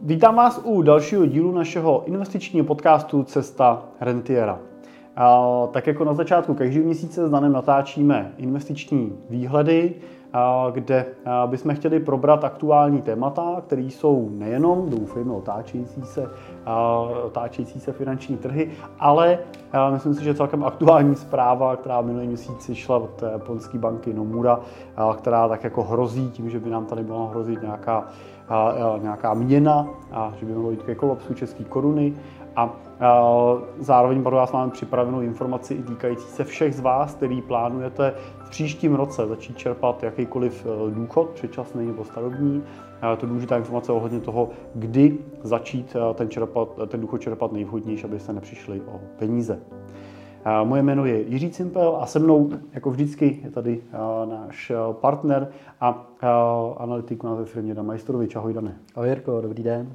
Vítám vás u dalšího dílu našeho investičního podcastu Cesta rentiera. Tak jako na začátku každého měsíce s Danem natáčíme investiční výhledy, kde bychom chtěli probrat aktuální témata, které jsou nejenom, doufejme, otáčející se finanční trhy, ale myslím si, že celkem aktuální zpráva, která minulý měsíc šla od japonské banky Nomura, která tak jako hrozí tím, že by nám tady mohla hrozit nějaká měna a že by mohlo jít ke kolapsu české koruny. A zároveň pro vás máme připravenou informaci i týkající se všech z vás, který plánujete v příštím roce začít čerpat jakýkoliv důchod, předčasný nebo starobní. To je důležitá informace ohledně toho, kdy začít ten důchod čerpat nejvhodnější, abyste nepřišli o peníze. Moje jméno je Jiří Cimpel a se mnou, jako vždycky, je tady náš partner a analytik u nás ve firmě Dan Majstorovič. Ahoj, Dane. Ahoj, Jirko, dobrý den.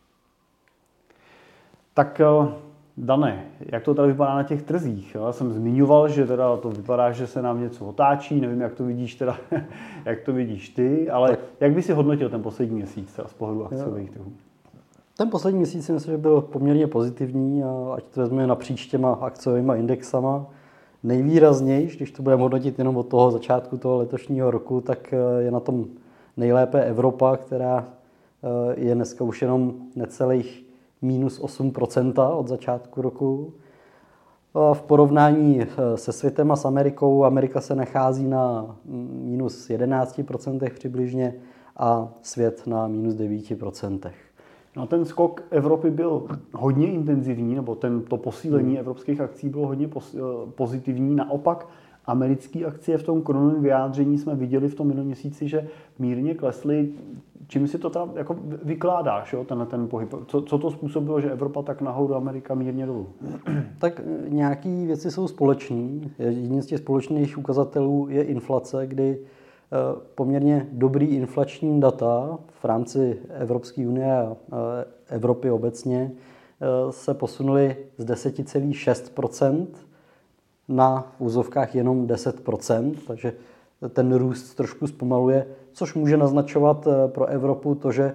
Tak Dane, jak to tady vypadá na těch trzích? Já jsem zmiňoval, že teda to vypadá, že se nám něco otáčí, nevím, jak to vidíš teda, jak to vidíš ty, ale tak. Jak by si hodnotil ten poslední měsíc z pohledu akciových trhů? Ten poslední měsíc si myslím, že byl poměrně pozitivní, a ať to vezmeme napříč těma akciovými indexama. Nejvýraznější, když to budeme hodnotit jenom od toho začátku toho letošního roku, tak je na tom nejlépe Evropa, která je dneska už jenom necelých minus 8% od začátku roku. V porovnání se světem a s Amerikou, Amerika se nachází na minus 11% přibližně a svět na minus 9%. No, ten skok Evropy byl hodně intenzivní, nebo to posílení evropských akcí bylo hodně pozitivní. Naopak americké akcie v tom korunovém vyjádření jsme viděli v tom minulém měsíci, že mírně klesly. Čím si to tam jako vykládáš, jo, ten pohyb? Co to způsobilo, že Evropa tak nahoru, Amerika mírně dolů? Tak nějaké věci jsou společné. Jedním z těch společných ukazatelů je inflace, kdy poměrně dobrý inflační data v rámci Evropské unie a Evropy obecně se posunuly z 10,6% na v úzovkách jenom 10%, takže ten růst trošku zpomaluje, což může naznačovat pro Evropu to, že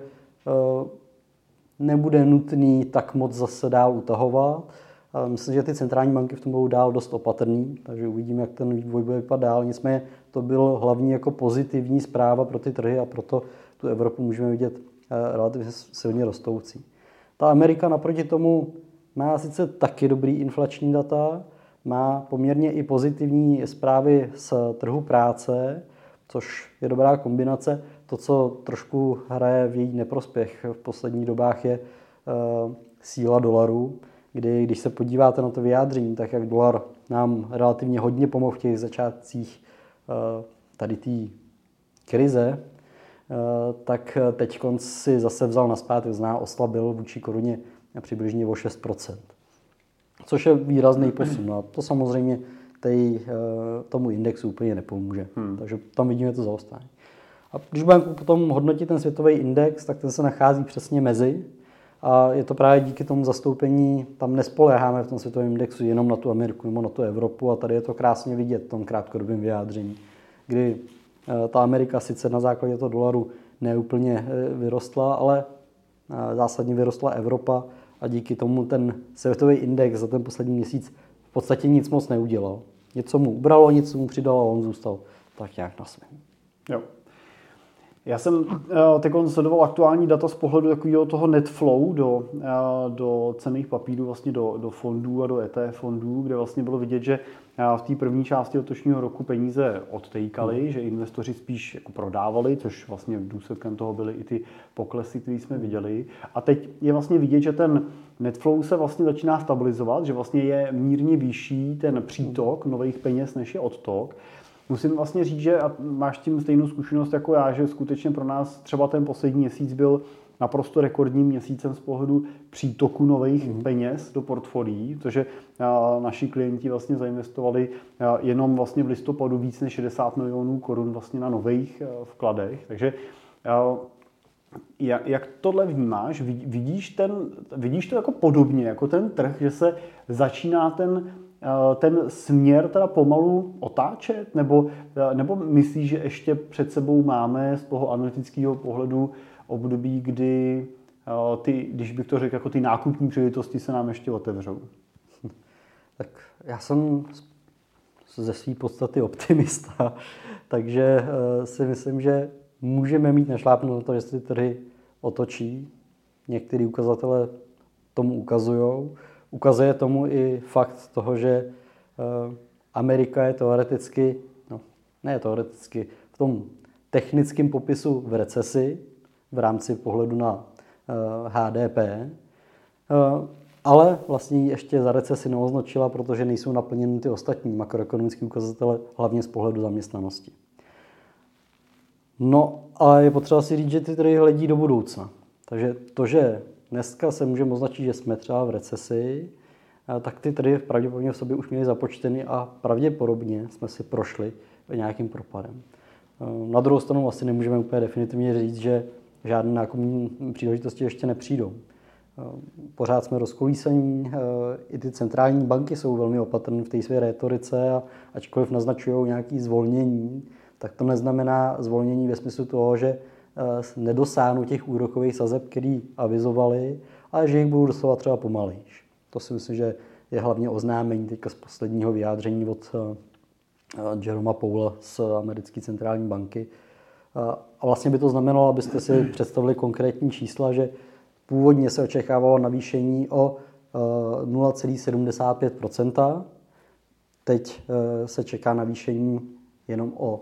nebude nutný tak moc zase dál utahovat. Myslím, že ty centrální banky v tom budou dál dost opatrný, takže uvidíme, jak ten vývoj bude vypadat dál. Nicméně to bylo hlavní jako pozitivní zpráva pro ty trhy a proto tu Evropu můžeme vidět relativně silně rostoucí. Ta Amerika naproti tomu má sice taky dobrý inflační data, má poměrně i pozitivní zprávy z trhu práce, což je dobrá kombinace. To, co trošku hraje v její neprospěch v posledních dobách, je síla dolaru, kdy když se podíváte na to vyjádření, tak jak dolar nám relativně hodně pomohl v těch začátcích tady té krize, tak teď si zase vzal nazpátek, oslabil vůči koruně přibližně o 6%. Což je výrazný posun. A to samozřejmě tomu indexu úplně nepomůže. Takže tam vidíme to zaostání. A když budeme potom hodnotit ten světový index, tak ten se nachází přesně mezi. A je to právě díky tomu zastoupení, tam nespoléháme v tom světovém indexu jenom na tu Ameriku nebo na tu Evropu. A tady je to krásně vidět v tom krátkodobém vyjádření, kdy ta Amerika sice na základě toho dolaru neúplně vyrostla, ale zásadně vyrostla Evropa. A díky tomu ten světový index za ten poslední měsíc v podstatě nic moc neudělal. Něco mu ubralo, něco mu přidalo a on zůstal tak nějak na svém. Jo. Já jsem teď sledoval aktuální data z pohledu takového toho net flow do cenných papírů, vlastně do fondů a do ETF fondů, kde vlastně bylo vidět, že v té první části letošního roku peníze odtejkaly, že investoři spíš jako prodávali, což vlastně důsledkem toho byly i ty poklesy, které jsme viděli. A teď je vlastně vidět, že ten net flow se vlastně začíná stabilizovat, že vlastně je mírně vyšší ten přítok nových peněz, než je odtok. Musím vlastně říct, že a máš tím stejnou zkušenost jako já, že skutečně pro nás třeba ten poslední měsíc byl naprosto rekordním měsícem z pohledu přítoku nových peněz do portfolií, protože naši klienti vlastně zainvestovali jenom vlastně v listopadu víc než 60 milionů korun vlastně na nových vkladech. Takže jak tohle vnímáš? Vidíš to jako podobně, jako ten trh, že se začíná ten směr teda pomalu otáčet? Nebo myslíš, že ještě před sebou máme z toho analytického pohledu období, kdy když bych to řekl, jako ty nákupní příležitosti se nám ještě otevřou? Tak já jsem ze své podstaty optimista, takže si myslím, že můžeme mít našlápnout na to, že se ty trhy otočí. Některé ukazatele tomu ukazují. Ukazuje tomu i fakt toho, že Amerika je teoreticky, ne teoreticky, v tom technickém popisu v recesi v rámci pohledu na HDP, ale vlastně ji ještě za recesi neoznačila, protože nejsou naplněny ty ostatní makroekonomické ukazatele, hlavně z pohledu zaměstnanosti. No, ale je potřeba si říct, že ty trhy hledí do budoucna. Takže to, že dneska se můžeme označit, že jsme třeba v recesi, tak ty trhy pravděpodobně v sobě už měly započteny a pravděpodobně jsme si prošli nějakým propadem. Na druhou stranu asi nemůžeme úplně definitivně říct, že žádné nákupní příležitosti ještě nepřijdou. Pořád jsme rozkolísaní, i ty centrální banky jsou velmi opatrné v té své rétorice a ačkoliv naznačují nějaké zvolnění, tak to neznamená zvolnění ve smyslu toho, že nedosáhnou těch úrokových sazeb, který avizovali, ale že jich budou dosahovat třeba pomalejš. To si myslím, že je hlavně oznámení teďka z posledního vyjádření od Jeroma Powella z americké centrální banky. A vlastně by to znamenalo, abyste si představili konkrétní čísla, že původně se očekávalo navýšení o 0,75%, teď se čeká navýšení jenom o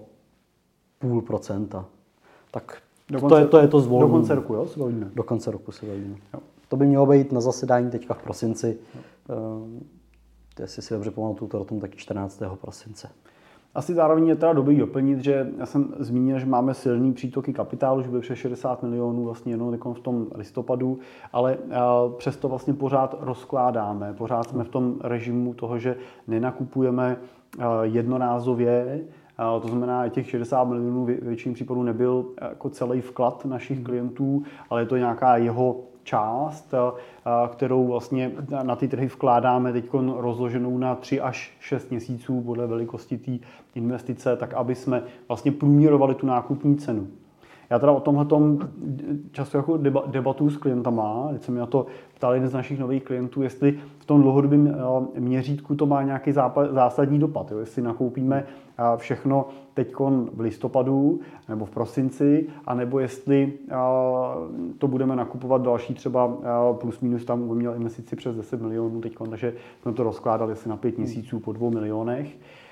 0,5%. Tak to je to zvolení. Do konce roku, jo? Se bavíme. Do konce roku se bavíme. To by mělo být na zasedání teďka v prosinci. Jestli si dobře pamatuju, to o tom taky 14. prosince. Asi zároveň je teda dobrý doplnit, že já jsem zmínil, že máme silný přítoky kapitálu, že bude přes 60 milionů vlastně jenom v tom listopadu, ale přesto vlastně pořád rozkládáme, pořád jsme v tom režimu toho, že nenakupujeme jednorázově, to znamená, těch 60 milionů většinou případů nebyl jako celý vklad našich klientů, ale je to nějaká jeho část, kterou vlastně na ty trhy vkládáme teď rozloženou na 3 až 6 měsíců podle velikosti té investice, tak aby jsme vlastně průměrovali tu nákupní cenu. Já teda o tomhletom často jako debatuju s klientama, teď se mi na to ptal jeden z našich nových klientů, jestli v tom dlouhodobém měřítku to má nějaký zásadní dopad. Jo? Jestli nakoupíme všechno teď v listopadu nebo v prosinci, anebo jestli to budeme nakupovat další třeba plus minus, tam měl investici přes 10 milionů teď, takže jsme to rozkládali asi na 5 měsíců po 2 milionech.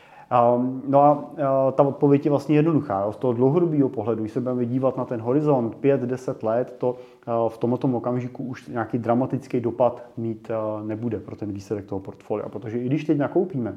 No a ta odpověď je vlastně jednoduchá. Z toho dlouhodobého pohledu, když se budeme dívat na ten horizont 5-10 let, to v tomto okamžiku už nějaký dramatický dopad mít nebude pro ten výsledek toho portfolia. Protože i když teď nakoupíme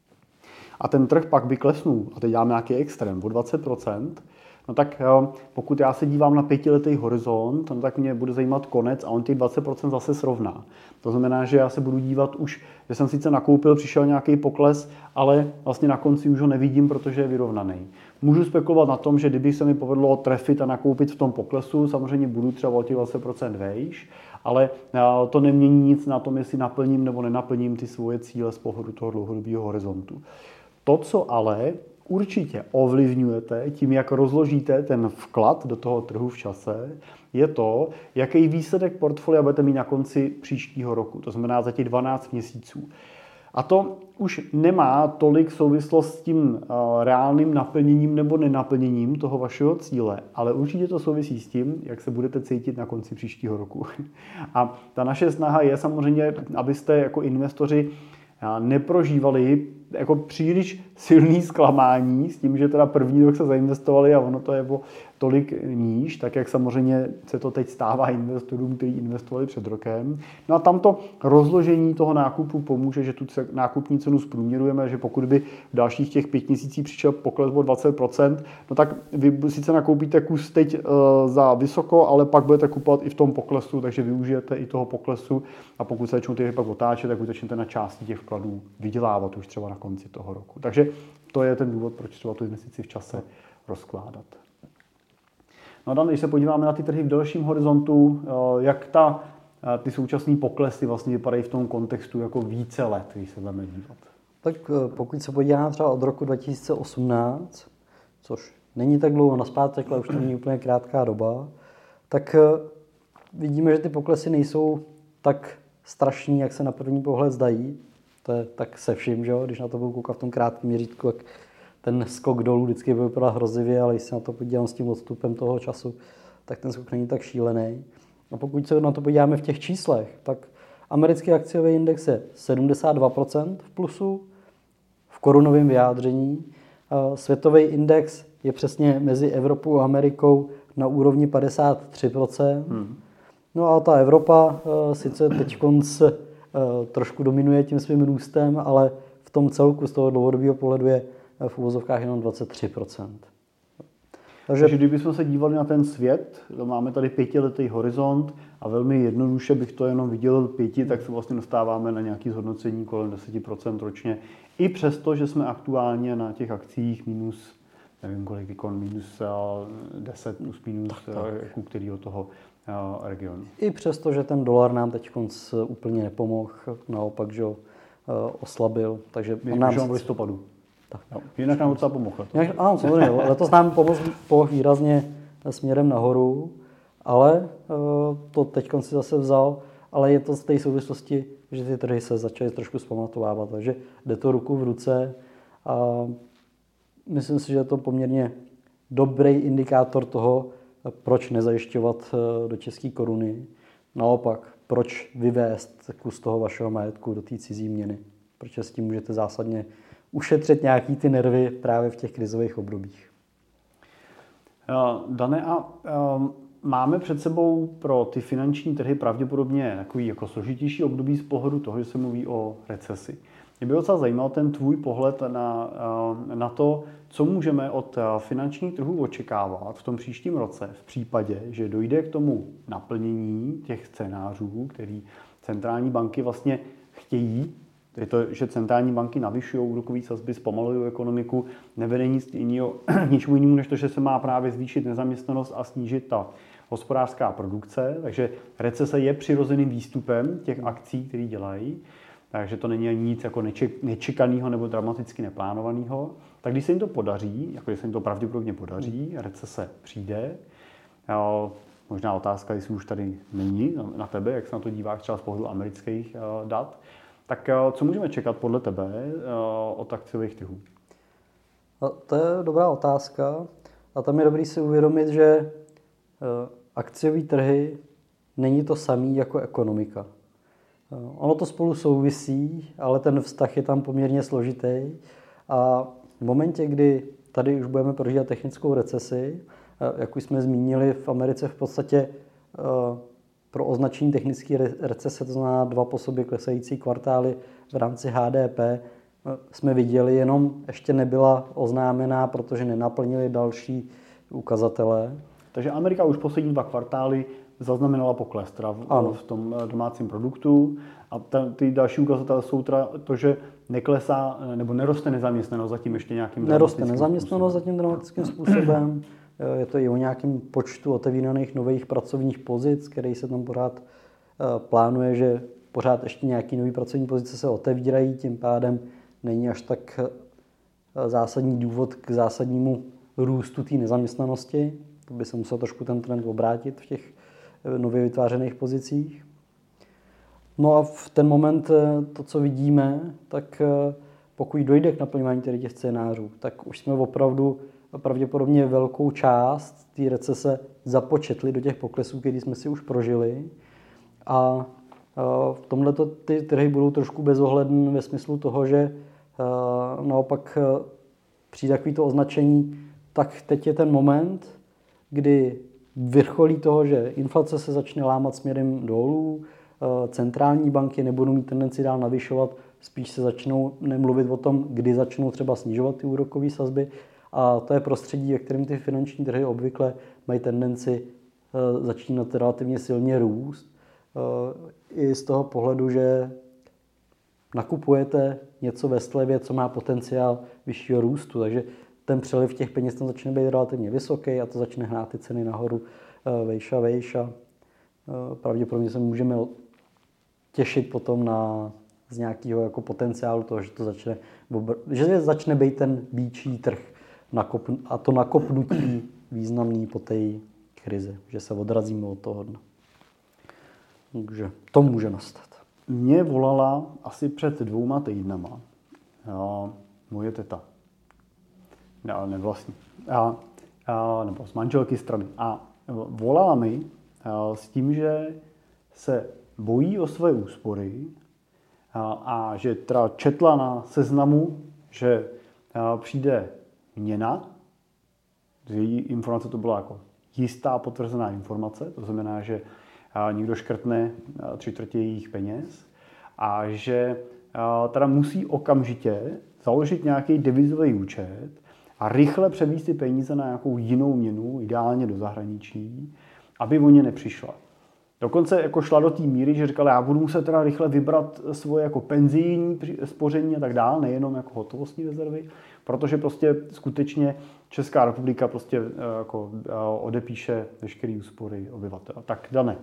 a ten trh pak by klesnul, a teď děláme nějaký extrém o 20%, no tak pokud já se dívám na 5letý horizont, no tak mě bude zajímat konec a on těch 20% zase srovná. To znamená, že já se budu dívat už, že jsem sice nakoupil, přišel nějaký pokles, ale vlastně na konci už ho nevidím, protože je vyrovnaný. Můžu spekulovat na tom, že kdyby se mi povedlo trefit a nakoupit v tom poklesu, samozřejmě budu třeba o těch 20% vejš, ale to nemění nic na tom, jestli naplním nebo nenaplním ty svoje cíle z pohledu toho dlouhodobého horizontu. To, co ale určitě ovlivňujete tím, jak rozložíte ten vklad do toho trhu v čase, je to, jaký výsledek portfolia budete mít na konci příštího roku, to znamená za těch 12 měsíců. A to už nemá tolik souvislost s tím reálným naplněním nebo nenaplněním toho vašeho cíle, ale určitě to souvisí s tím, jak se budete cítit na konci příštího roku. A ta naše snaha je samozřejmě, abyste jako investoři neprožívali jako příliš silný zklamání s tím, že teda první rok se zainvestovali a ono to je o tolik níž, tak jak samozřejmě se to teď stává investorům, kteří investovali před rokem. No a tamto rozložení toho nákupu pomůže, že tu nákupní cenu zprůměrujeme, že pokud by v dalších těch 5 měsících přišel pokles o 20%, no tak vy sice nakoupíte kus teď za vysoko, ale pak budete kupovat i v tom poklesu, takže využijete i toho poklesu a pokud se začnou ty pak otáčet, tak už začnete na části těch vkladů vydělávat už třeba na konci toho roku. Takže to je ten důvod, proč třeba tu investici v čase rozkládat. No a Dan, když se podíváme na ty trhy v delším horizontu, jak ty současné poklesy vlastně vypadají v tom kontextu jako více let, když se budeme dívat? Tak pokud se podíváme třeba od roku 2018, což není tak dlouho nazpátek, ale už to není úplně krátká doba, tak vidíme, že ty poklesy nejsou tak strašný, jak se na první pohled zdají. To je tak se vším, že jo? Když na to budu koukat v tom krátkém měřítku, jak ten skok dolů vždycky vypadá hrozivě, ale když se na to podívám s tím odstupem toho času, tak ten skok není tak šílený. A pokud se na to podíváme v těch číslech, tak americký akciový index je 72% v plusu v korunovém vyjádření. Světový index je přesně mezi Evropou a Amerikou na úrovni 53%. No a ta Evropa sice teď trošku dominuje tím svým růstem, ale v tom celku z toho dlouhodobého pohledu je v uvozovkách jenom 23%. Takže kdybychom se dívali na ten svět, máme tady 5letý horizont a velmi jednoduše bych to jenom vydělil 5, tak se vlastně dostáváme na nějaké zhodnocení kolem 10% ročně. I přesto, že jsme aktuálně na těch akcích minus, nevím kolik, minus 10 plus minus u kterého toho regionu. I přesto, že ten dolar nám teď úplně nepomohl, naopak, že ho oslabil. Takže nám v listopadu. Tak. Jinak nám docela pomohl. Ano, samozřejmě. Letos nám pomohl výrazně směrem nahoru, ale to teď si zase vzal, ale je to z té souvislosti, že ty trhy se začaly trošku zpamatovávat, takže jde to ruku v ruce a myslím si, že je to poměrně dobrý indikátor toho, proč nezajišťovat do české koruny. Naopak, proč vyvést kus toho vašeho majetku do té cizí měny. Protože s tím můžete zásadně ušetřit nějaký ty nervy právě v těch krizových obdobích. Dane, máme před sebou pro ty finanční trhy pravděpodobně takový jako složitější období z pohledu toho, že se mluví o recesi. Mě by docela zajímal ten tvůj pohled na to, co můžeme od finančních trhů očekávat v tom příštím roce v případě, že dojde k tomu naplnění těch scénářů, který centrální banky vlastně chtějí. Je to, že centrální banky navyšují úrokové sazby, zpomalují ekonomiku, nevede nic ničemu jinému, než to, že se má právě zvýšit nezaměstnanost a snížit ta hospodářská produkce. Takže recese je přirozeným výstupem těch akcí, které dělají. Takže to není ani nic jako nečekaného nebo dramaticky neplánovaného. Tak když se jim to podaří, jako když se jim to pravděpodobně podaří, recese přijde, možná otázka, jestli už tady není na tebe, jak se na to díváš třeba z pohledu amerických dat, tak co můžeme čekat podle tebe od akciových trhů? To je dobrá otázka a tam je dobrý si uvědomit, že akciové trhy není to samý jako ekonomika. Ono to spolu souvisí, ale ten vztah je tam poměrně složitý a v momentě, kdy tady už budeme prožívat technickou recesi, jak už jsme zmínili, v Americe v podstatě pro označení technické recese, to znamená 2 po sobě klesající kvartály v rámci HDP, jsme viděli, jenom ještě nebyla oznámená, protože nenaplnili další ukazatele. Takže Amerika už poslední 2 kvartály zaznamenala pokles v tom domácím produktu a ty další ukazatele jsou to, že neklesá nebo neroste nezaměstnanost zatím ještě nějakým dramatickým nezaměstnanost zatím dramatickým způsobem. Je to i o nějakém počtu otevíraných nových pracovních pozic, který se tam pořád plánuje, že pořád ještě nějaké nové pracovní pozice se otevírají, tím pádem není až tak zásadní důvod k zásadnímu růstu té nezaměstnanosti. To by se musel trošku ten trend obrátit v těch nově vytvářených pozicích. No a v ten moment to, co vidíme, tak pokud dojde k naplňování těch scénářů, tak už jsme opravdu pravděpodobně velkou část té recese započetli do těch poklesů, které jsme si už prožili. A v tomhle ty trhy budou trošku bezohledné ve smyslu toho, že naopak přijde takový to označení, tak teď je ten moment, kdy vrcholí toho, že inflace se začne lámat směrem dolů, centrální banky nebudou mít tendenci dál navyšovat, spíš se začnou nemluvit o tom, kdy začnou třeba snižovat ty úrokové sazby. A to je prostředí, ve kterém ty finanční trhy obvykle mají tendenci začínat relativně silně růst. I z toho pohledu, že nakupujete něco ve slevě, co má potenciál vyššího růstu. Takže ten přeliv těch peněz tam začne být relativně vysoký a to začne hnát ty ceny nahoru vejš a pravděpodobně se můžeme těšit potom z nějakého jako potenciálu toho, že začne být ten býčí trh a to nakopnutí významný po té krizi, že se odrazíme od toho dna. Takže to může nastat. Mě volala asi před 2 týdnama moje teta. Ne vlastní. Nebo z manželky strany. A volala mi s tím, že se bojí o své úspory a že teda četla na seznamu, že přijde měna. Z její informace to byla jako jistá potvrzená informace, to znamená, že někdo škrtne 3/4 jejich peněz a že teda musí okamžitě založit nějaký devizový účet a rychle převést ty peníze na nějakou jinou měnu, ideálně do zahraničí, aby o ně nepřišla. Dokonce jako šla do té míry, že říkala, já budu muset teda rychle vybrat svoje jako penzijní spoření a tak dále, nejenom jako hotovostní rezervy, protože prostě skutečně Česká republika prostě jako odepíše veškeré úspory obyvatel. Tak Dane,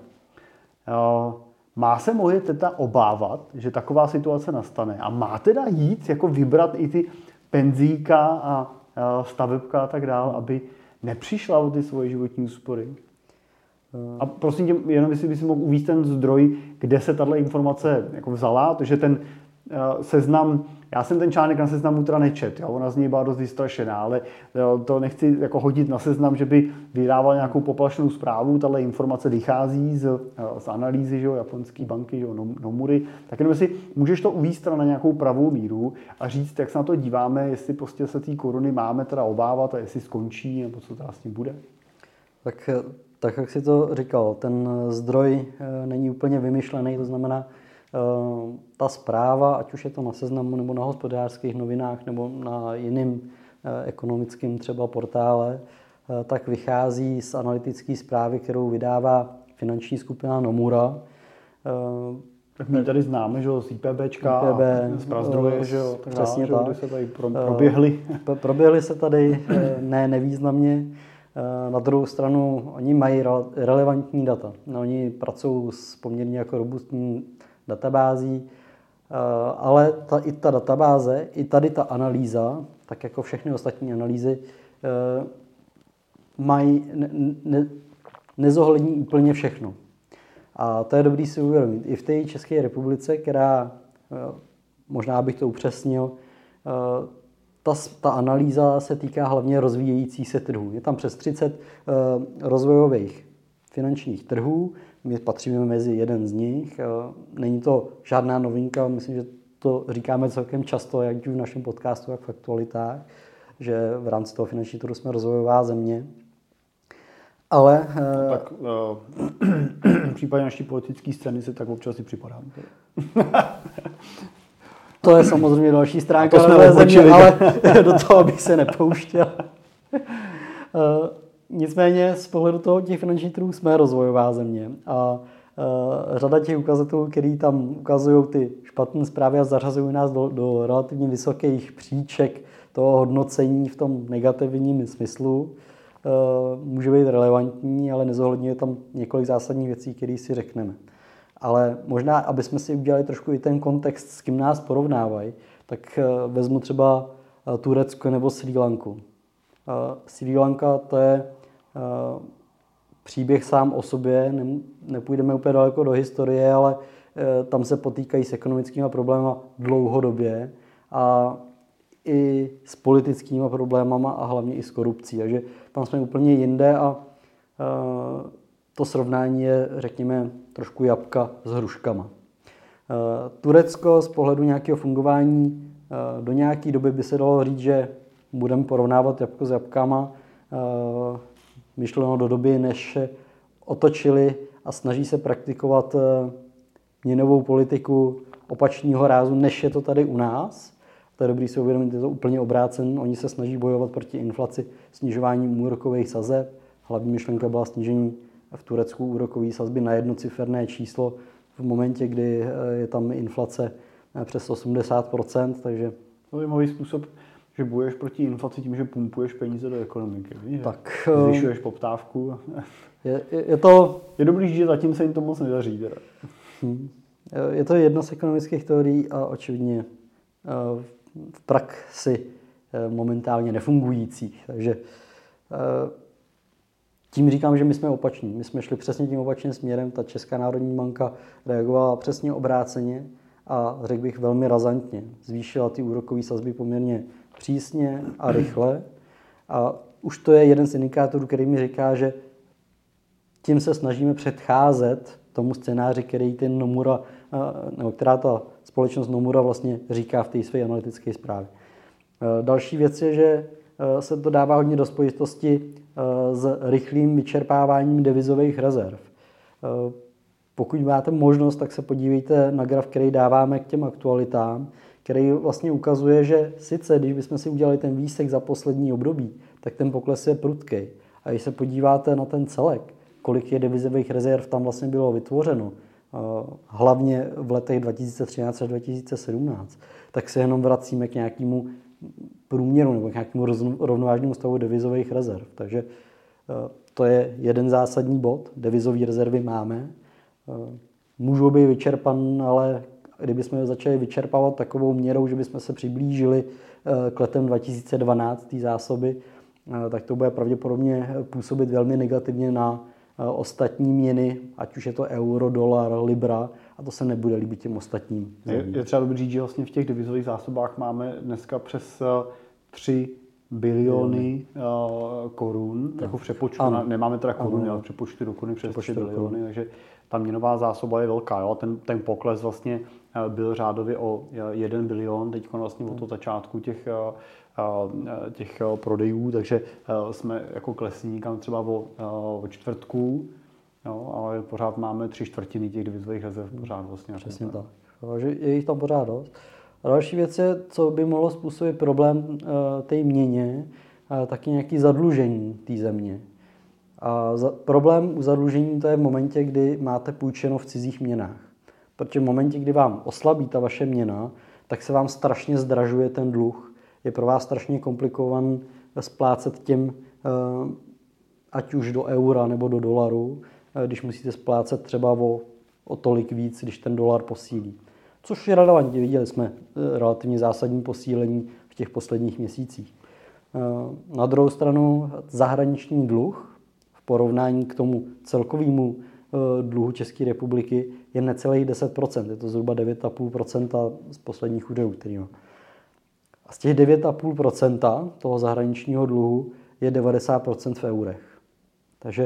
má se moje teta obávat, že taková situace nastane a má teda jít jako vybrat i ty penzíka a stavebka a tak dále, aby nepřišla o ty svoje životní úspory? A prosím tě, jenom jestli by si mohl uvést ten zdroj, kde se tato informace jako vzala, protože ten seznam, já jsem ten článek na seznamu teda nečet, jo, ona z něj byla dost vystrašená, ale to nechci jako hodit na seznam, že by vydával nějakou poplašnou zprávu, tato informace vychází z analýzy, že jo, japonské banky, že jo, Nomuri, tak jenom jestli můžeš to uvést na nějakou pravou míru a říct, jak se na to díváme, jestli prostě se té koruny máme teda obávat a jestli skončí, nebo co teda s tím bude. Tak jak jsi to říkal, ten zdroj není úplně vymyšlený, to znamená, ta zpráva, ať už je to na Seznamu nebo na Hospodářských novinách nebo na jiném ekonomickém třeba portále, tak vychází z analytické zprávy, kterou vydává finanční skupina Nomura. Tak my tady známe, že jo, z IPBčka, z Prazdroje, že jo, tak přesně dále, tak. Že se tady proběhly. Proběhly se tady nevýznamně. Na druhou stranu, oni mají relevantní data. Oni pracují s poměrně jako robustní databází, ale i ta databáze, i tady ta analýza, tak jako všechny ostatní analýzy, mají nezohlední úplně všechno. A to je dobrý si uvědomit. I v té České republice, která, možná bych to upřesnil, ta analýza se týká hlavně rozvíjejících se trhů. Je tam přes 30 rozvojových finančních trhů, my patříme mezi jeden z nich. Není to žádná novinka, myslím, že to říkáme celkem často, jak v našem podcastu, jak v aktualitách, že v rámci toho finančního trhu jsme rozvojová země. Ale tak v případě naší politické scény se tak občas si připadám. To je samozřejmě další stránka nové země, ale do toho bych se nepouštěl. Nicméně z pohledu toho těch finančních trhů jsme rozvojová země a řada těch ukazatelů, který tam ukazují ty špatné zprávy a zařazují nás do relativně vysokých příček toho hodnocení v tom negativním smyslu, může být relevantní, ale nezohledňuje tam několik zásadních věcí, které si řekneme. Ale možná, aby jsme si udělali trošku i ten kontext, s kým nás porovnávají, tak vezmu třeba Turecko nebo Srí Lanku. Srí Lanka to je příběh sám o sobě, nepůjdeme úplně daleko do historie, ale tam se potýkají s ekonomickými problémy dlouhodobě a i s politickými problémama a hlavně i s korupcí. Takže tam jsme úplně jinde a to srovnání je, řekněme, trošku jabka s hruškama. Turecko z pohledu nějakého fungování do nějaké doby by se dalo říct, že budeme porovnávat jabko s jabkama, myšleno do doby, než otočili a snaží se praktikovat měnovou politiku opačního rázu, než je to tady u nás. To je dobrý si uvědomit, je to úplně obrácen. Oni se snaží bojovat proti inflaci snižováním úrokových sazeb. Hlavní myšlenka byla snížení v Turecku úrokové sazby na jednociferné číslo v momentě, kdy je tam inflace přes 80%, takže... To je zajímavý způsob, že bojuješ proti inflaci tím, že pumpuješ peníze do ekonomiky. Tak, zvyšuješ poptávku. Je dobrý, že zatím se jim to moc nedaří. Teda. Je to jedna z ekonomických teorií a očividně v praxi momentálně nefungujících. Takže Tím říkám, že my jsme opační. My jsme šli přesně tím opačným směrem. Ta Česká národní banka reagovala přesně obráceně a řekl bych velmi razantně. Zvýšila ty úrokové sazby poměrně přísně a rychle. A už to je jeden z indikátorů, který mi říká, že tím se snažíme předcházet tomu scénáři, který ten Nomura, nebo která ta společnost Nomura vlastně říká v té své analytické zprávě. Další věc je, že se to dává hodně do spojitosti s rychlým vyčerpáváním devizových rezerv. Pokud máte možnost, tak se podívejte na graf, který dáváme k těm aktualitám, který vlastně ukazuje, že sice, když bychom si udělali ten výsek za poslední období, tak ten pokles je prudký. A když se podíváte na ten celek, kolik je devizových rezerv tam vlastně bylo vytvořeno, hlavně v letech 2013 až 2017, tak se jenom vracíme k nějakému průměru nebo k nějakému rovnovážnému stavu devizových rezerv. Takže to je jeden zásadní bod. Devizové rezervy máme. Můžou být vyčerpané, ale kdybychom je začali vyčerpávat takovou měrou, že bychom se přiblížili k letem 2012 té zásoby, tak to bude pravděpodobně působit velmi negativně na ostatní měny, ať už je to euro, dolar, libra, a to se nebude líbit těm ostatním. Je třeba dobrý říct, že vlastně v těch devizových zásobách máme dneska přes 3 biliony korun, jako v přepočtu, nemáme teda koruny, ale v přepočtu do koruny přes 3 biliony, takže ta měnová zásoba je velká. Jo? Ten pokles vlastně byl řádově o 1 bilion, teď vlastně od toho začátku těch prodejů, takže jsme jako klesli někam třeba o čtvrtku, jo, ale pořád máme 3/4 těch devizových rezerv pořád vlastně. Přesně tak. Takže je jich tam pořád dost. A další věc je, co by mohlo způsobit problém té měně, taky nějaké zadlužení té země. A problém u zadlužení to je v momentě, kdy máte půjčeno v cizích měnách. Protože v momentě, kdy vám oslabí ta vaše měna, tak se vám strašně zdražuje ten dluh. Je pro vás strašně komplikovaný splácet těm, ať už do eura nebo do dolaru, když musíte splácet třeba o tolik víc, když ten dolar posílí. Což je relevantně, viděli jsme relativně zásadní posílení v těch posledních měsících. Na druhou stranu zahraniční dluh v porovnání k tomu celkovému dluhu České republiky je necelých 10%. Je to zhruba 9,5% z posledních údajů, který mám. A z těch 9,5% toho zahraničního dluhu je 90% v eurech. Takže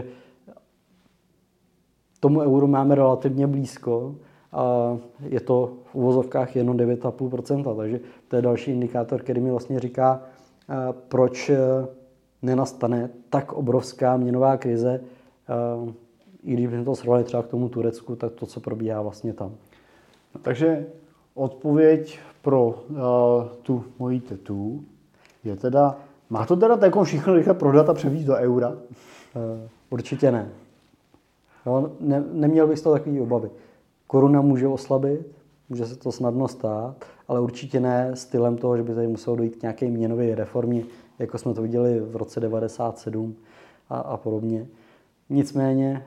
tomu euru máme relativně blízko a je to v uvozovkách jenom 9,5%. Takže to je další indikátor, který mi vlastně říká, proč nenastane tak obrovská měnová krize, i když bychom to srovnali třeba k tomu Turecku, tak to, co probíhá vlastně tam. Takže odpověď pro tu moji tetu je teda, má to teda jako všechno rychle prodat a převízt do eura? Určitě ne. Jo, neměl bych z toho takový obavy. Koruna může oslabit, může se to snadno stát, ale určitě ne stylem toho, že by tady muselo dojít k nějaké měnové reformě, jako jsme to viděli v roce 1997 a podobně. Nicméně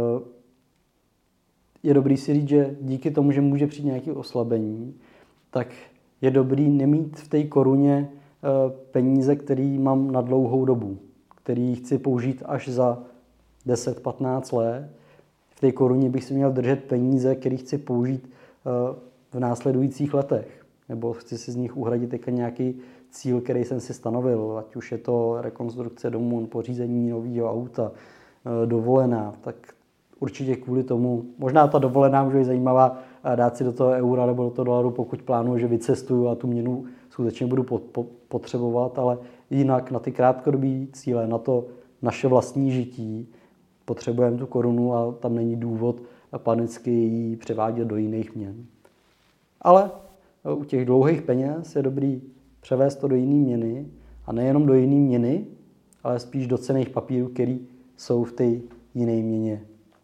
je dobrý si říct, že díky tomu, že může přijít nějaké oslabení, tak je dobrý nemít v té koruně peníze, které mám na dlouhou dobu, který chci použít až za 10-15 let. V té koruně bych si měl držet peníze, které chci použít v následujících letech. Nebo chci si z nich uhradit nějaký cíl, který jsem si stanovil, ať už je to rekonstrukce domu, pořízení nového auta, dovolená, tak určitě kvůli tomu, možná ta dovolená může být zajímavá, dát si do toho eura nebo do toho dolaru, pokud plánuju, že vycestuju a tu měnu skutečně budu potřebovat, ale jinak na ty krátkodobé cíle, na to naše vlastní žití, potřebujeme tu korunu a tam není důvod panicky ji převádět do jiných měn. Ale u těch dlouhých peněz je dobrý převést to do jiné měny a nejenom do jiné měny, ale spíš do cenných papírů, které jsou v té jiné měně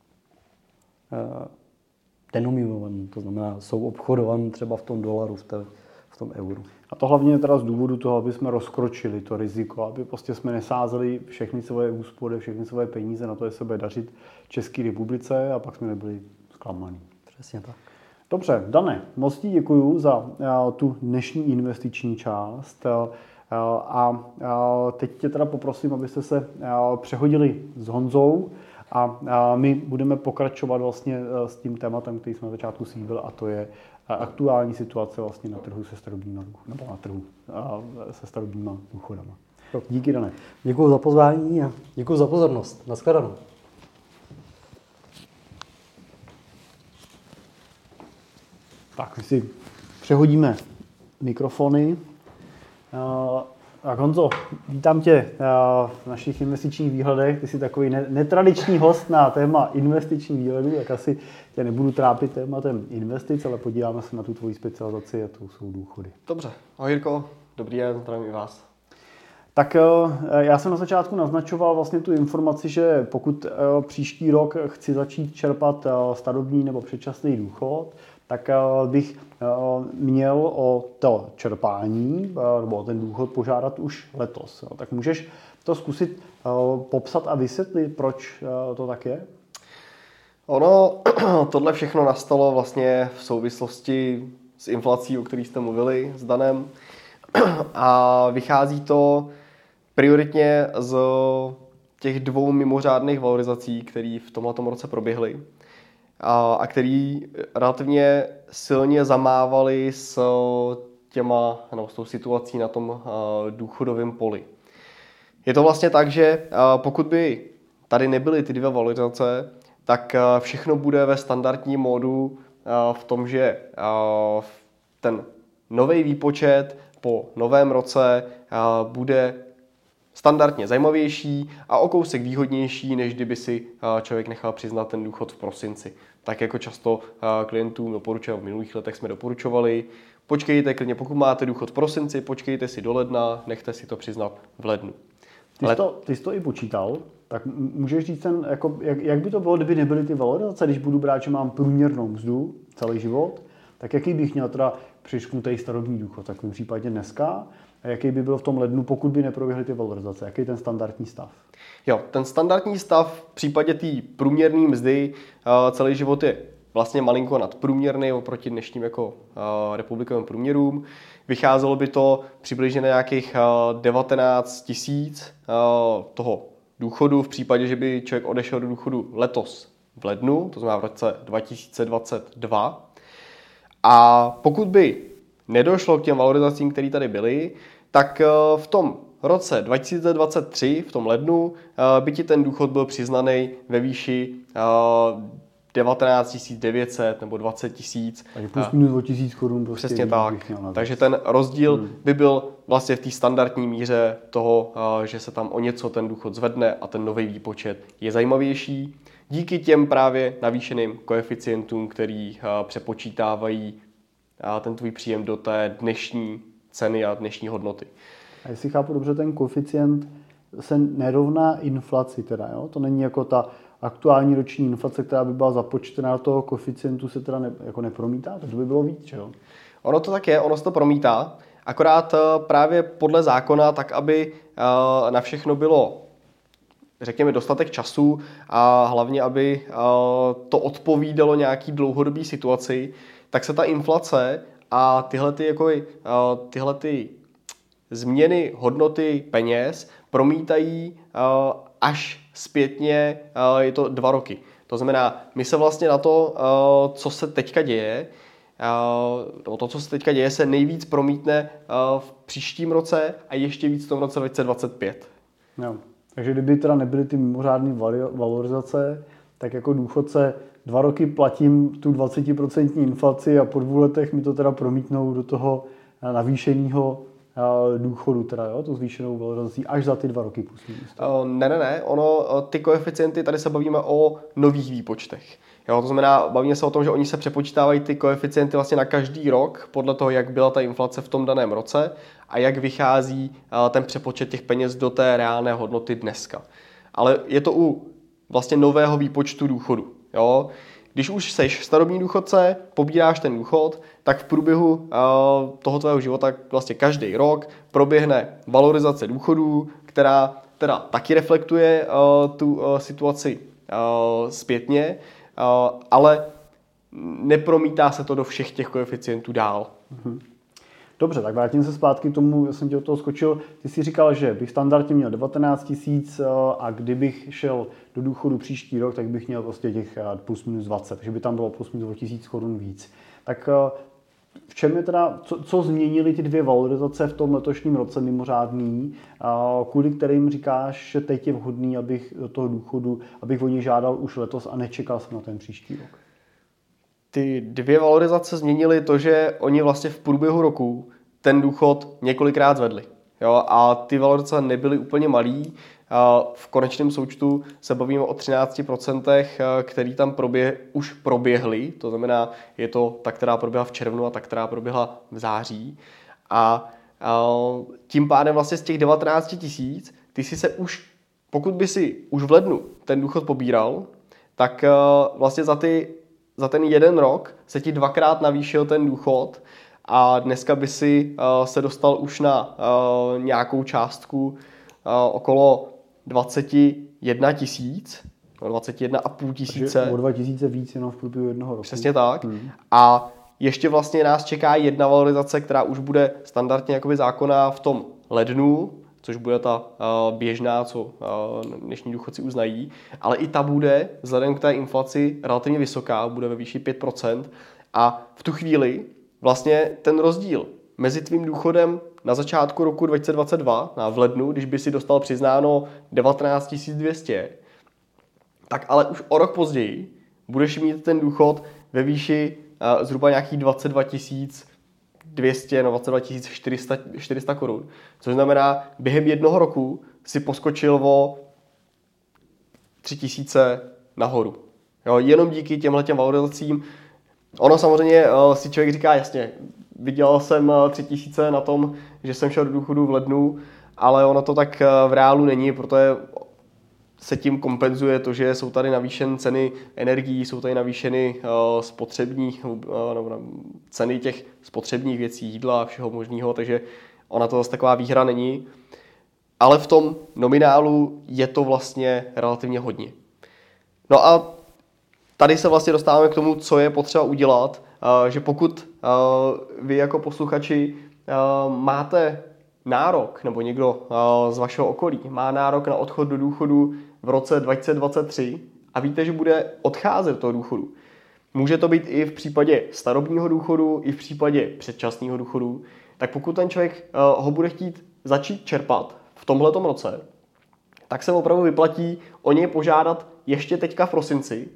denominované, to znamená, jsou obchodované třeba v tom dolaru, v tom euru. A to hlavně teda z důvodu toho, aby jsme rozkročili to riziko, aby prostě jsme nesázeli všechny svoje úspory, všechny svoje peníze na to, že se bude dařit České republice a pak jsme nebyli zklamaní. Přesně tak. Dobře, Dane, moc ti děkuju za tu dnešní investiční část. A teď tě teda poprosím, abyste se přehodili s Honzou a my budeme pokračovat vlastně s tím tématem, který jsme na začátku slíbil, a to je aktuální situace vlastně na trhu se starobníma nebo na trhu se starobníma důchodama. Díky, Dané. Děkuji za pozvání a děkuji za pozornost. Naschledanou. Tak, my si přehodíme mikrofony. Tak Honzo, vítám tě v našich investičních výhledech. Ty jsi takový netradiční host na téma investičních výhledů, tak asi tě nebudu trápit tématem investic, ale podíváme se na tu tvoji specializaci a to jsou důchody. Dobře. Ahoj Jirko, dobrý den, zdravím i vás. Tak já jsem na začátku naznačoval vlastně tu informaci, že pokud příští rok chci začít čerpat starobní nebo předčasný důchod, tak bych měl o to čerpání nebo o ten důchod požádat už letos. Tak můžeš to zkusit popsat a vysvětlit, proč to tak je? Ono, tohle všechno nastalo vlastně v souvislosti s inflací, o které jste mluvili s Danem. A vychází to prioritně z těch 2 mimořádných valorizací, které v tomhletom roce proběhly a který relativně silně zamávali s tou situací na tom důchodovém poli. Je to vlastně tak, že pokud by tady nebyly ty 2 valorizace, tak všechno bude ve standardním módu v tom, že ten nový výpočet po novém roce bude standardně zajímavější a o kousek výhodnější, než kdyby si člověk nechal přiznat ten důchod v prosinci. Tak jako často klientům doporučujeme, v minulých letech jsme doporučovali, počkejte klidně, pokud máte důchod v prosinci, počkejte si do ledna, nechte si to přiznat v lednu. Ty jsi to i počítal, tak můžeš říct, jak by to bylo, kdyby nebyly ty valorizace, když budu brát, že mám průměrnou mzdu celý život, tak jaký bych měl teda přišknutý starobní důchod v takovém případě dneska a jaký by byl v tom lednu, pokud by neproběhly ty valorizace, jaký je ten standardní stav? Jo, ten standardní stav v případě té průměrné mzdy celý život je vlastně malinko nadprůměrný oproti dnešním jako republikovým průměrům. Vycházelo by to přibližně na nějakých 19 000 toho důchodu v případě, že by člověk odešel do důchodu letos v lednu, to znamená v roce 2022. A pokud by nedošlo k těm valorizacím, které tady byly, tak v tom roce 2023, v tom lednu, by ti ten důchod byl přiznaný ve výši 19 900 nebo 20 000. Takže plus minus 2000 korun. Prostě přesně tak. Takže ten rozdíl by byl vlastně v té standardní míře toho, že se tam o něco ten důchod zvedne a ten nový výpočet je zajímavější. Díky těm právě navýšeným koeficientům, který přepočítávají ten tvůj příjem do té dnešní ceny a dnešní hodnoty. A jestli chápu dobře, ten koeficient se nerovná inflaci teda, jo? To není jako ta aktuální roční inflace, která by byla započtená do toho koeficientu, se teda nepromítá? To by bylo víc, jo? Ono to tak je, ono se to promítá, akorát právě podle zákona, tak aby na všechno bylo, řekněme, dostatek času a hlavně, aby to odpovídalo nějaký dlouhodobý situaci, tak se ta inflace a tyhle změny hodnoty peněz promítají až zpětně, je to 2 roky. To znamená, my se vlastně na to, co se teďka děje, se nejvíc promítne v příštím roce a ještě víc v tom roce 2025. No. Takže kdyby teda nebyly ty mimořádné valorizace, tak jako důchodce 2 roky platím tu 20% inflaci a po 2 letech mi to teda promítnou do toho navýšeného důchodu, teda, jo? Tu zvýšenou valorizací až za ty 2 roky plus minus. Ne. Ty koeficienty, tady se bavíme o nových výpočtech. Jo, to znamená, bavíme se o tom, že oni se přepočítávají ty koeficienty vlastně na každý rok podle toho, jak byla ta inflace v tom daném roce a jak vychází ten přepočet těch peněz do té reálné hodnoty dneska. Ale je to u vlastně nového výpočtu důchodu. Jo? Když už seš starobní důchodce, pobíráš ten důchod, tak v průběhu toho tvého života vlastně každý rok proběhne valorizace důchodů, která teda taky reflektuje tu situaci zpětně, ale nepromítá se to do všech těch koeficientů dál. Dobře, tak vrátím se zpátky k tomu, já jsem ti od toho skočil. Ty jsi říkal, že bych standardně měl 19 000 a kdybych šel do důchodu příští rok, tak bych měl prostě těch plus minus 20, takže by tam bylo plus minus 1000 korun víc. Tak v čem je teda, co změnily ty dvě valorizace v tom letošním roce mimořádný, kvůli kterým říkáš, že teď je vhodný, abych do toho důchodu, abych o něj žádal už letos a nečekal jsem na ten příští rok? Ty dvě valorizace změnily to, že oni vlastně v průběhu roku ten důchod několikrát zvedli. Jo? A ty valorizace nebyly úplně malý. V konečném součtu se bavíme o 13%, který tam už proběhly. To znamená, je to ta, která proběhla v červnu a ta, která proběhla v září. A tím pádem vlastně z těch 19 000, ty si se už, pokud by si už v lednu ten důchod pobíral, tak vlastně za ten jeden rok se ti dvakrát navýšil ten důchod a dneska by si se dostal už na nějakou částku okolo 21 000, 21 500. Takže o 2000 víc jenom v průběhu jednoho roku. Přesně tak. A ještě vlastně nás čeká jedna valorizace, která už bude standardně jakoby zákonná v tom lednu, což bude ta běžná, co dnešní důchodci uznají, ale i ta bude vzhledem k té inflaci relativně vysoká, bude ve výši 5%. A v tu chvíli vlastně ten rozdíl mezi tvým důchodem na začátku roku 2022, v lednu, když by si dostal přiznáno 19 200, tak ale už o rok později budeš mít ten důchod ve výši zhruba nějakých 22 200, 22 400 korun. Což znamená, během jednoho roku si poskočil o 3000 nahoru. Jo, jenom díky těmhletěm valorizacím. Ono samozřejmě si člověk říká, jasně, vydělal jsem 3000 na tom, že jsem šel do důchodu v lednu, ale ono to tak v reálu není, protože se tím kompenzuje to, že jsou tady navýšeny ceny energií, jsou tady navýšeny ceny těch spotřebních věcí, jídla a všeho možného, takže ona to zase taková výhra není. Ale v tom nominálu je to vlastně relativně hodně. No a tady se vlastně dostáváme k tomu, co je potřeba udělat, že pokud vy jako posluchači máte nárok, nebo někdo z vašeho okolí má nárok na odchod do důchodu v roce 2023 a víte, že bude odcházet do toho důchodu. Může to být i v případě starobního důchodu, i v případě předčasného důchodu. Tak pokud ten člověk ho bude chtít začít čerpat v tomhletom roce, tak se opravdu vyplatí o něj požádat ještě teďka v prosinci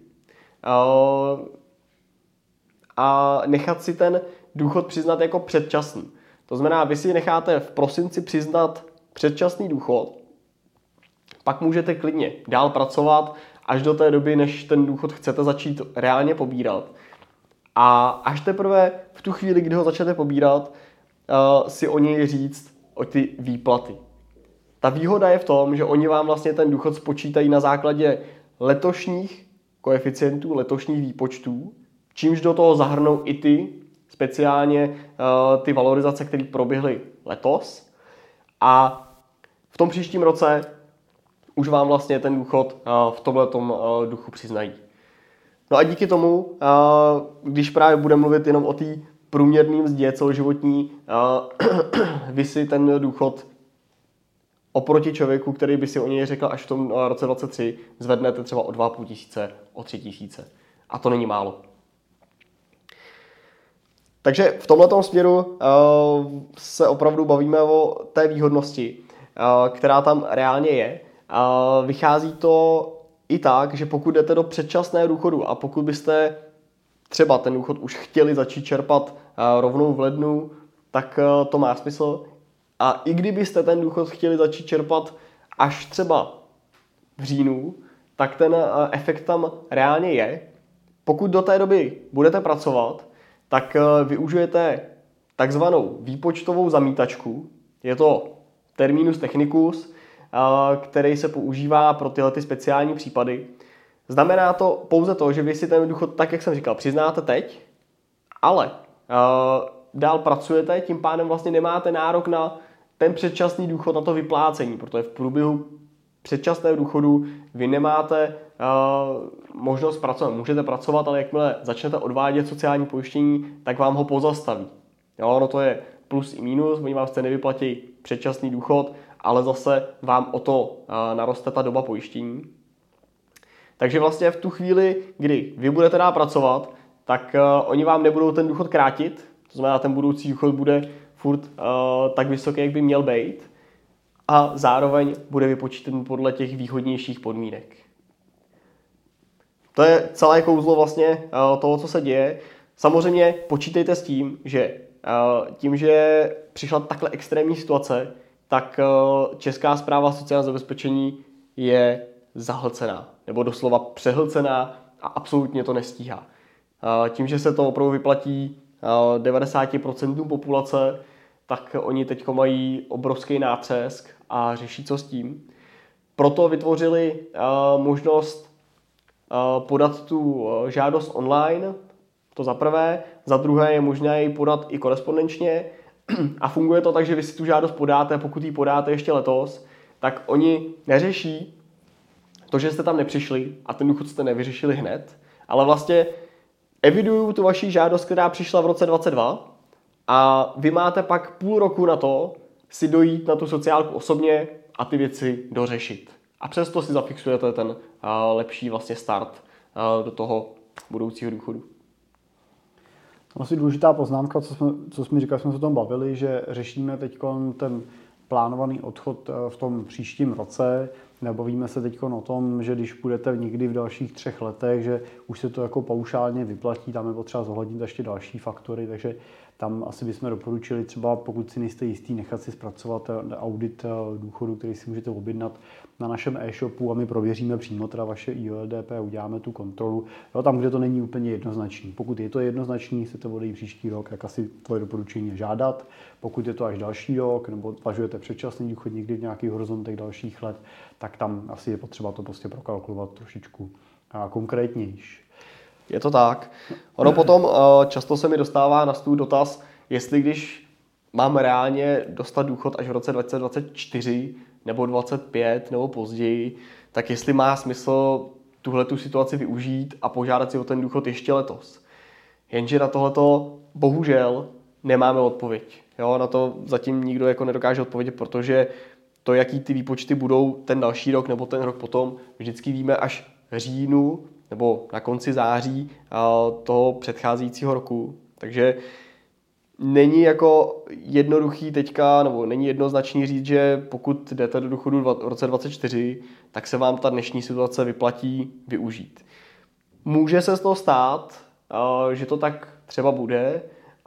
a nechat si ten důchod přiznat jako předčasný. To znamená, vy si necháte v prosinci přiznat předčasný důchod, pak můžete klidně dál pracovat až do té doby, než ten důchod chcete začít reálně pobírat. A až teprve v tu chvíli, kdy ho začnete pobírat, si o něj říct o ty výplaty. Ta výhoda je v tom, že oni vám vlastně ten důchod spočítají na základě letošních koeficientů, letošních výpočtů, čímž do toho zahrnou i ty speciálně ty valorizace, které proběhly letos. A v tom příštím roce už vám vlastně ten důchod v tomhletom duchu přiznají. No a díky tomu, když právě budeme mluvit jenom o té průměrné mzdě celoživotní, vy si ten důchod oproti člověku, který by si o něj řekl až v tom roce 23, zvednete třeba o 2 500, o 3 000. A to není málo. Takže v tomhletom směru se opravdu bavíme o té výhodnosti, která tam reálně je. Vychází to i tak, že pokud jdete do předčasného důchodu a pokud byste třeba ten důchod už chtěli začít čerpat rovnou v lednu, tak to má smysl. A i kdybyste ten důchod chtěli začít čerpat až třeba v říjnu, tak ten efekt tam reálně je. Pokud do té doby budete pracovat, tak využijete takzvanou výpočtovou zamítačku. Je to terminus technicus, který se používá pro tyhle ty speciální případy. Znamená to pouze to, že vy si ten důchod, tak jak jsem říkal, přiznáte teď, ale dál pracujete, tím pádem vlastně nemáte nárok na ten předčasný důchod, na to vyplácení, protože v průběhu předčasného důchodu vy nemáte možnost pracovat. Můžete pracovat, ale jakmile začnete odvádět sociální pojištění, tak vám ho pozastaví. Jo, no to je plus i minus, oni vám sice nevyplatí předčasný důchod, ale zase vám o to naroste ta doba pojištění. Takže vlastně v tu chvíli, kdy vy budete dál pracovat, tak oni vám nebudou ten důchod krátit, to znamená, ten budoucí důchod bude furt tak vysoký, jak by měl být, a zároveň bude vypočítan podle těch výhodnějších podmínek. To je celé kouzlo vlastně toho, co se děje. Samozřejmě počítejte s tím, že přišla takhle extrémní situace, tak Česká správa sociálního zabezpečení je zahlcená, nebo doslova přehlcená a absolutně to nestíhá. Tím, že se to opravdu vyplatí 90% populace, tak oni teď mají obrovský nátřesk a řeší, co s tím. Proto vytvořili možnost podat tu žádost online, to za prvé. Za druhé je možné ji podat i korespondenčně a funguje to tak, že vy si tu žádost podáte, pokud ji podáte ještě letos, tak oni neřeší to, že jste tam nepřišli a ten důchod jste nevyřešili hned, ale vlastně evidují tu vaši žádost, která přišla v roce 2022 a vy máte pak půl roku na to si dojít na tu sociálku osobně a ty věci dořešit. A přesto si zafixujete ten lepší vlastně start do toho budoucího důchodu. Asi důležitá poznámka, co jsme říkali, jsme se o tom bavili, že řešíme teď ten plánovaný odchod v tom příštím roce. Nebavíme se teď o tom, že když budete někdy v dalších 3 letech, že už se to jako paušálně vyplatí, tam je potřeba zohlednit ještě další faktory, takže tam asi bychom doporučili třeba, pokud si nejste jistý, nechat si zpracovat audit důchodu, který si můžete objednat na našem e-shopu a my prověříme přímo teda vaše IOLDP a uděláme tu kontrolu. Jo, tam, kde to není úplně jednoznačný. Pokud je to jednoznačný, chcete odejít příští rok, tak asi tvoje doporučení je žádat. Pokud je to až další rok, nebo zvažujete předčasný důchod někdy v nějakých horizontech dalších let, tak tam asi je potřeba to prostě prokalkulovat trošičku konkrétnější. Je to tak. Ono potom často se mi dostává na stůl dotaz, jestli když mám reálně dostat důchod až v roce 2024 nebo 2025 nebo později, tak jestli má smysl tuhletu situaci využít a požádat si o ten důchod ještě letos. Jenže na tohleto bohužel nemáme odpověď. Jo, na to zatím nikdo jako nedokáže odpovědět, protože to, jaký ty výpočty budou ten další rok nebo ten rok potom, vždycky víme až v říjnu nebo na konci září toho předcházejícího roku. Takže není jako jednoduchý teďka, nebo není jednoznačný říct, že pokud jdete do důchodu v roce 2024, tak se vám ta dnešní situace vyplatí využít. Může se z toho stát, že to tak třeba bude.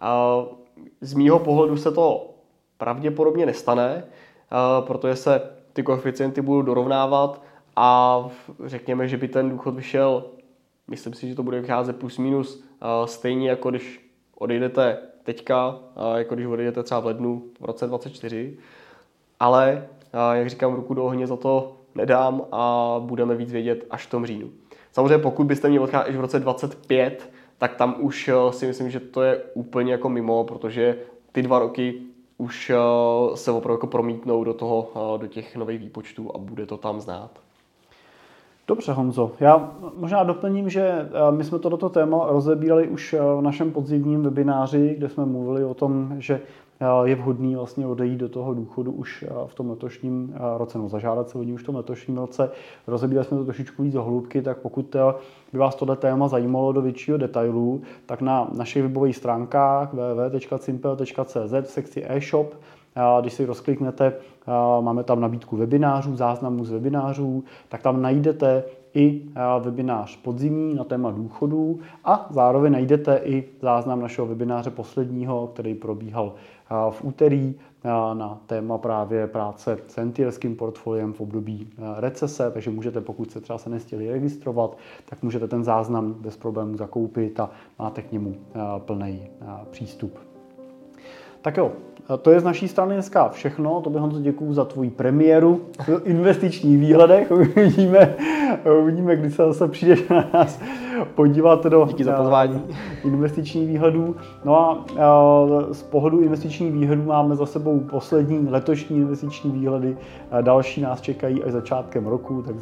Z mýho pohledu se to pravděpodobně nestane, protože se ty koeficienty budou dorovnávat a řekněme, že by ten důchod vyšel, myslím si, že to bude vycházet plus minus stejně, jako když odejdete teďka, jako když odejdete třeba v lednu v roce 2024. Ale, jak říkám, ruku do ohně za to nedám a budeme víc vědět až v tom říjnu. Samozřejmě pokud byste měli odcházet až v roce 2025, tak tam už si myslím, že to je úplně jako mimo, protože ty 2 roky už se opravdu jako promítnou do těch nových výpočtů a bude to tam znát. Dobře, Honzo. Já možná doplním, že my jsme toto téma rozebírali už v našem podzimním webináři, kde jsme mluvili o tom, že je vhodný vlastně odejít do toho důchodu už v tom letošním roce, no zažádat se o ní už v tom letošním roce. Rozebírali jsme to trošičku víc do hloubky, tak pokud by vás tohle téma zajímalo do většího detailu, tak na našich webových stránkách www.cimpel.cz v sekci e-shop, když si rozkliknete, máme tam nabídku webinářů, záznamů z webinářů, tak tam najdete i webinář podzimní na téma důchodů a zároveň najdete i záznam našeho webináře posledního, který probíhal v úterý na téma právě práce s rentierským portfoliem v období recese, takže můžete, pokud se třeba se nechtěli registrovat, tak můžete ten záznam bez problémů zakoupit a máte k němu plný přístup. Tak jo, to je z naší strany dneska všechno. To bych, Honzo, děkuju za tvoji premiéru v investičních výhledech. Uvidíme, kdy se zase přijdeš na nás podívat do Díky za pozvání. Investičních výhledů. No a z pohledu investičních výhledů máme za sebou poslední letošní investiční výhledy. Další nás čekají až začátkem roku, tak za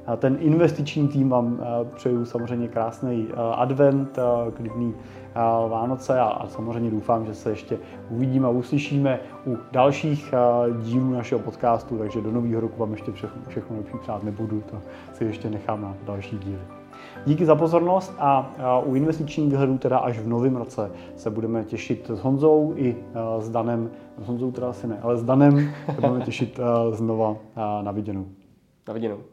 ten investiční tým vám přeju samozřejmě krásný advent, klidný Vánoce a samozřejmě doufám, že se ještě uvidíme a uslyšíme u dalších dílů našeho podcastu, takže do nového roku vám ještě všechno lepší přát nebudu, to si ještě nechám na další díly. Díky za pozornost a u investičních výhledů teda až v novém roce se budeme těšit s Honzou i s Danem, s Honzou teda asi ne, ale s Danem se budeme těšit znova na viděnou. Na viděnou.